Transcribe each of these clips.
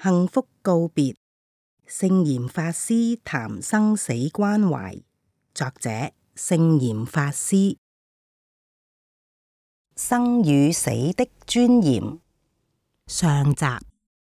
幸福告別，聖嚴法師談生死關懷。作者：聖嚴法師。生與死的尊嚴。上集。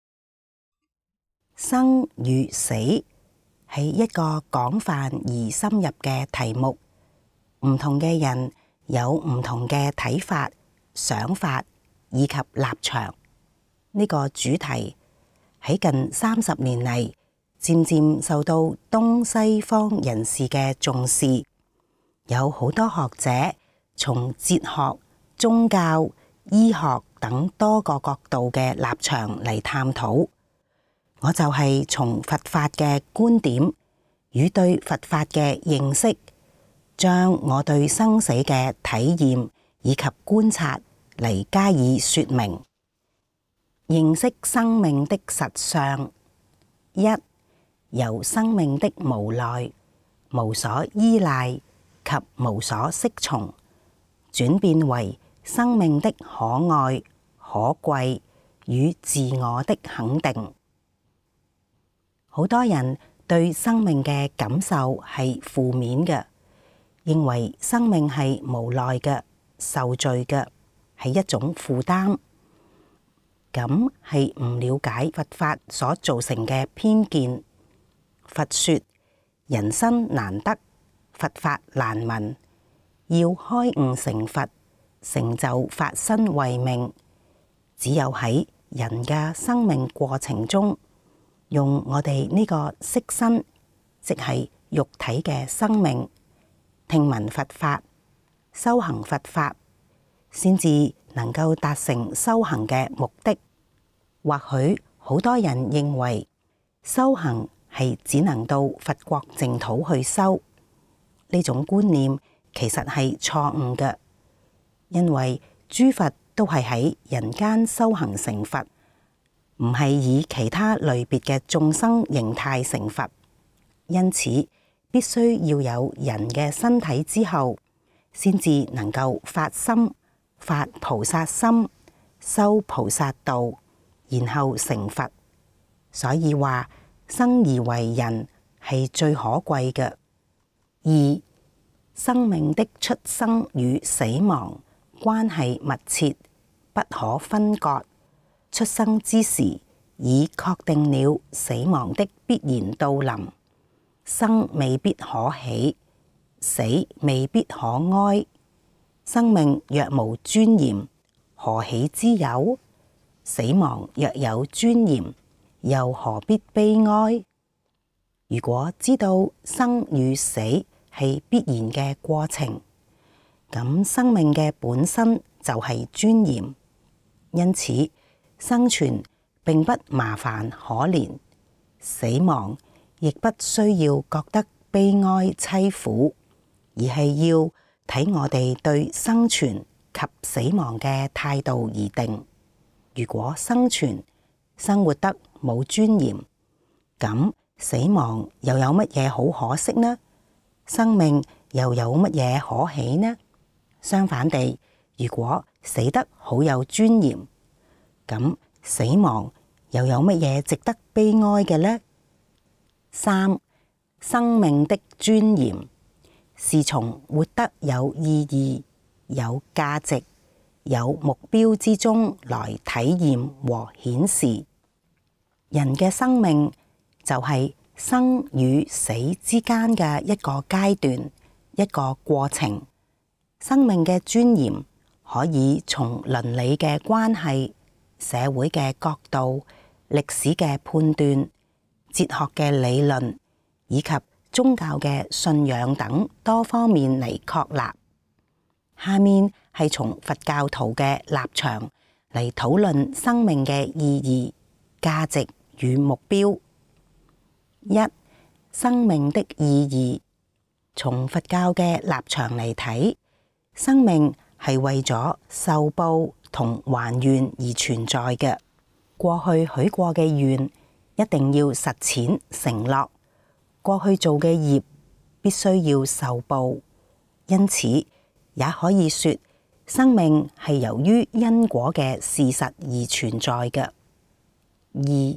生與死係一個廣泛而深入嘅題目，唔同嘅人有唔同嘅睇法、想法以及立場。呢個主題喺近30年嚟，漸漸受到東西方人士嘅重視，有好多學者從哲學、宗教、醫學等多個角度嘅立場嚟探討。我就係從佛法嘅觀點與對佛法嘅認識，將我對生死嘅體驗以及觀察嚟加以說明。認識生命的實相。一、由生命的無奈、無所依賴及無所適從，轉變為生命的可愛、可貴與自我的肯定。好多人對生命嘅感受係負面嘅，認為生命係無奈嘅、受罪嘅，係一種負擔。咁係唔了解佛法所造成嘅偏見。佛說人生難得，佛法難聞，要開悟成佛，成就法身慧命，只有喺人嘅生命過程中，用我哋呢個色身，即係肉體嘅生命，聽聞佛法，修行佛法，先至能夠達成修行嘅目的。或許好多人認為修行係只能到佛國淨土去修，呢種觀念其實係錯誤嘅，因為諸佛都係喺人間修行成佛，唔係以其他類別嘅眾生形態成佛。因此必須要有人嘅身體之後，先至能夠發心、發菩薩心、修菩薩道，然後成佛。所以話生而為人係最可貴嘅。二、生命的出生與死亡關係密切，不可分割。出生之時已確定了死亡的必然到臨，生未必可喜，死未必可哀。生命若無尊嚴，何喜之有？死亡若有尊嚴，又何必悲哀？如果知道生與死係必然嘅過程，咁生命嘅本身就係尊嚴，因此生存並不麻煩可憐，死亡亦不需要覺得悲哀淒苦，而係要睇我哋對生存及死亡嘅態度而定。如果生存生活得冇尊嚴，咁死亡又有乜嘢好可惜呢？生命又有乜嘢可喜呢？相反地，如果死得好有尊嚴，咁死亡又有乜嘢值得悲哀嘅呢？三、生命的尊嚴是從活得有意義、有價值、有目標之中來體驗和顯示。人嘅生命就係生與死之間嘅一個階段，一個過程。生命嘅尊嚴可以從倫理嘅關係、社會嘅角度、歷史嘅判斷、哲學嘅理論以及宗教嘅信仰等多方面嚟確立。下面係從佛教徒嘅立場嚟討論生命嘅意義、價值與目標。一、生命的意義。從佛教嘅立場嚟睇，生命係為咗受報同還願而存在嘅。過去許過嘅願一定要實踐承諾，過去做嘅業必須要受報，因此也可以說生命係由於因果嘅事實而存在嘅。二、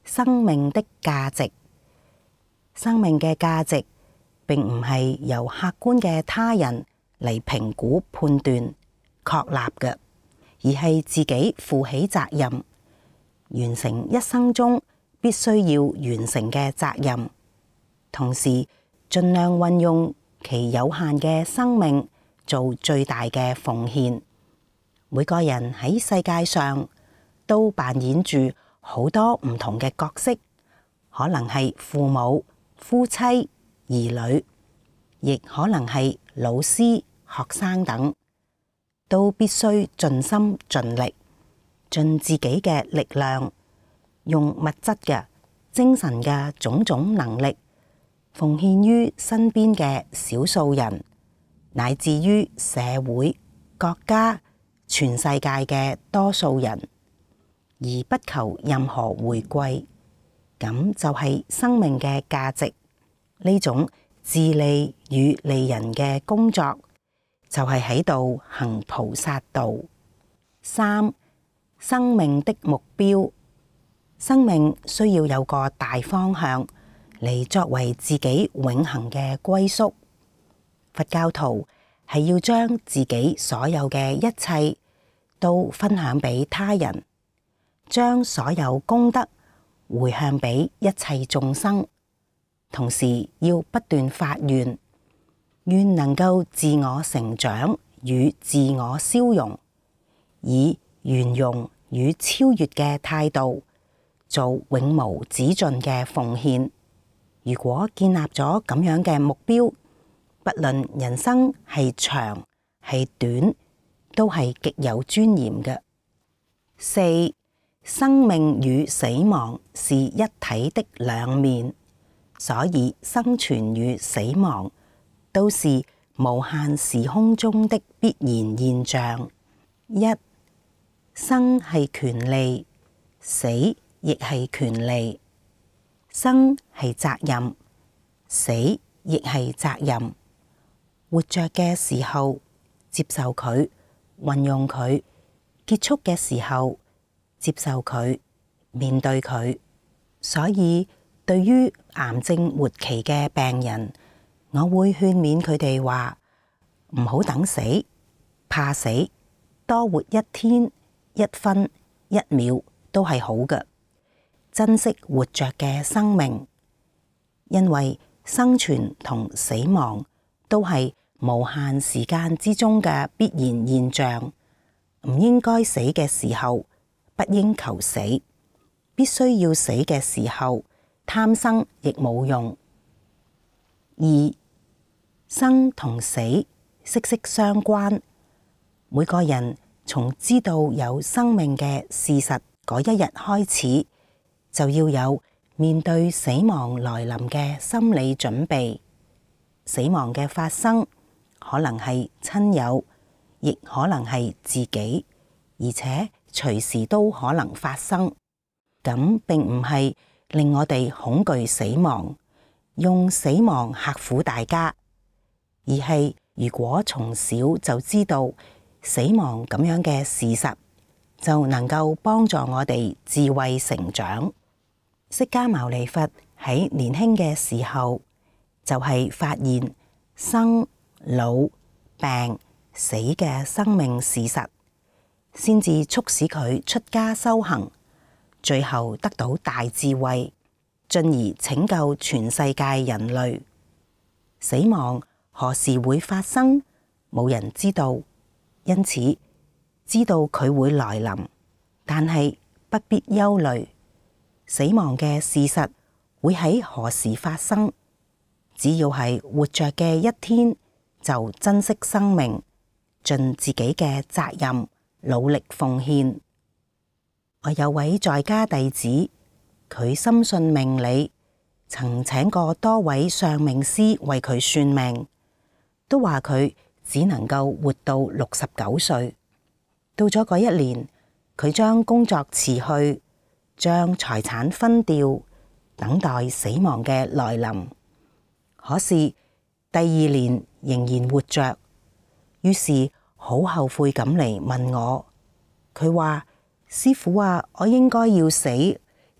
生命的價值。生命嘅價值並唔係由客觀嘅他人嚟評估、判斷、確立嘅，而係自己負起責任，完成一生中必須要完成嘅責任，同時盡量運用其有限嘅生命做最大嘅奉獻。每個人喺世界上都扮演住好多唔同嘅角色，可能係父母、夫妻、兒女，亦可能係老師、學生等，都必須盡心盡力，盡自己嘅力量，用物質嘅、精神嘅種種能力，奉獻於身邊嘅少數人，乃至於社會、國家、全世界嘅多數人，而不求任何回饋，咁就係生命嘅價值。呢種自利與利人嘅工作，就係喺度行菩薩道。三、生命的目標。生命需要有個大方向嚟作為自己永恆嘅歸宿。佛教徒係要將自己所有嘅一切都分享俾他人，將所有功德回向俾一切眾生，同時要不斷發願，願能夠自我成長與自我消融，以圓融與超越嘅態度做永無止盡嘅奉獻。如果建立咗咁樣嘅目標，不論人生係長係短，都係極有尊嚴嘅。四、生命與死亡是一體的兩面，所以生存與死亡都是無限時空中的必然現象。一、生係權利，死亦係權利。生係責任，死亦係責任。活着嘅時候接受佢，運用佢；結束嘅時候接受佢，面對佢。所以對於癌症末期嘅病人，我會勸勉佢哋話：唔好等死，怕死，多活一天、一分、一秒都係好嘅。珍惜活着嘅生命，因為生存同死亡都係無限時間之中嘅必然現象。唔應該死嘅時候，不應求死；必須要死嘅時候，貪生亦冇用。二、生同死息息相關。每個人從知道有生命嘅事實嗰一日開始，就要有面對死亡來臨嘅心理準備。死亡嘅發生可能係親友，亦可能係自己，而且隨時都可能發生。咁並唔係令我哋恐懼死亡，用死亡嚇唬大家，而係如果從小就知道死亡咁樣嘅事實，就能夠幫助我哋智慧成長。釋迦牟尼佛喺年輕嘅時候就係發現生老病死嘅生命事實，先至促使佢出家修行，最後得到大智慧，進而拯救全世界人類。死亡何時會發生，冇人知道，因此知道佢會來臨，但係不必憂慮。死亡嘅事實會喺何時發生？只要係活着嘅一天，就珍惜生命，盡自己嘅責任，努力奉獻。我有位在家弟子，佢深信命理，曾請過多位算命師為佢算命，都話佢只能夠活到69歲。到咗嗰一年，佢將工作辭去，將財產分掉，等待死亡嘅來臨。可是第二年仍然活着，於是好後悔咁嚟問我。佢話：師父啊，我應該要死，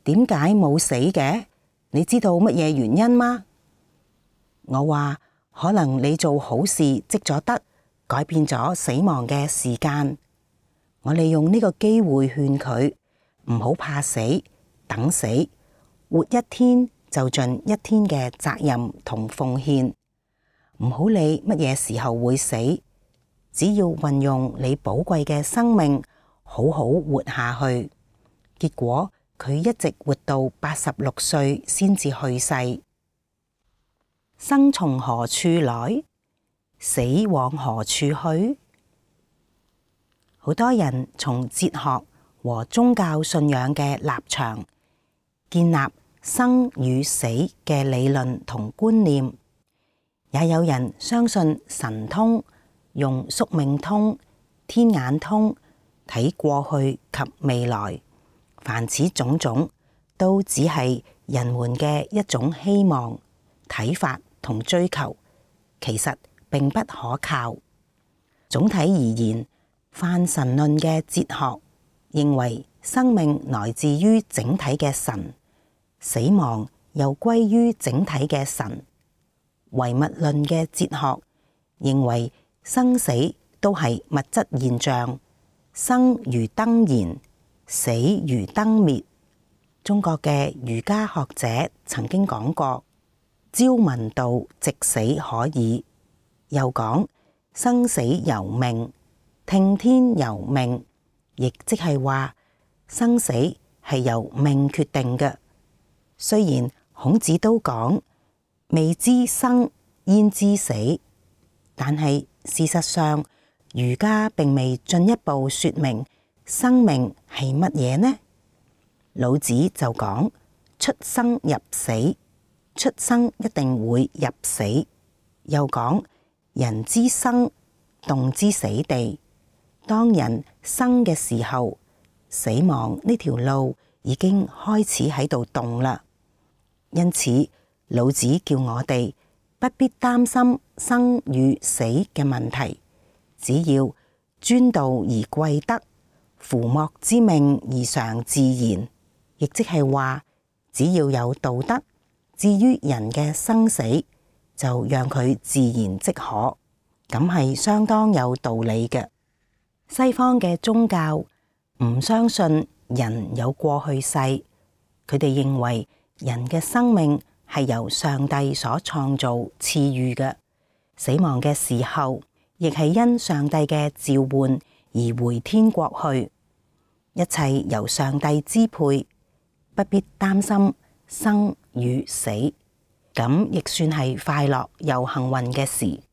點解冇死嘅？你知道乜嘢原因嗎？我話可能你做好事積咗德，改變咗死亡嘅時間。我利用呢個機會勸佢唔好怕死，等死，活一天就盡一天嘅責任同奉獻，唔好理乜嘢時候會死，只要運用你寶貴嘅生命，好好活下去。結果佢一直活到86歲先至去世。生從何處來，死往何處去？好多人從哲學和宗教信仰嘅立場，建立生與死嘅理論同觀念，也有人相信神通，用宿命通、天眼通睇過去及未來。凡此種種，都只係人們嘅一種希望、睇法同追求，其實並不可靠。總體而言，泛神論嘅哲學認為生命來自於整體嘅神，死亡又歸於整體嘅神。唯物論嘅哲學認為生死都係物質現象，生如燈燃，死如燈滅。中國嘅儒家學者曾經講過：朝聞道，夕死可矣。又講生死由命，聽天由命，亦即係話生死係由命決定嘅。雖然孔子都講未知生，焉知死，但係事實上儒家並未進一步說明生命係乜嘢呢？老子就講出生入死，出生一定會入死。又講人之生，動之死地。當人生嘅時候，死亡呢條路已經開始喺度動啦。因此，老子叫我哋不必擔心生與死嘅問題，只要專道而貴德，夫莫之命而常自然。亦即係話，只要有道德，至於人嘅生死，就讓佢自然即可。咁係相當有道理嘅。西方嘅宗教唔相信人有過去世，佢哋認為人嘅生命係由上帝所創造賜予嘅，死亡嘅時候亦係因上帝嘅召喚而回天國去，一切由上帝支配，不必擔心生與死，咁亦算係快樂又幸運嘅事。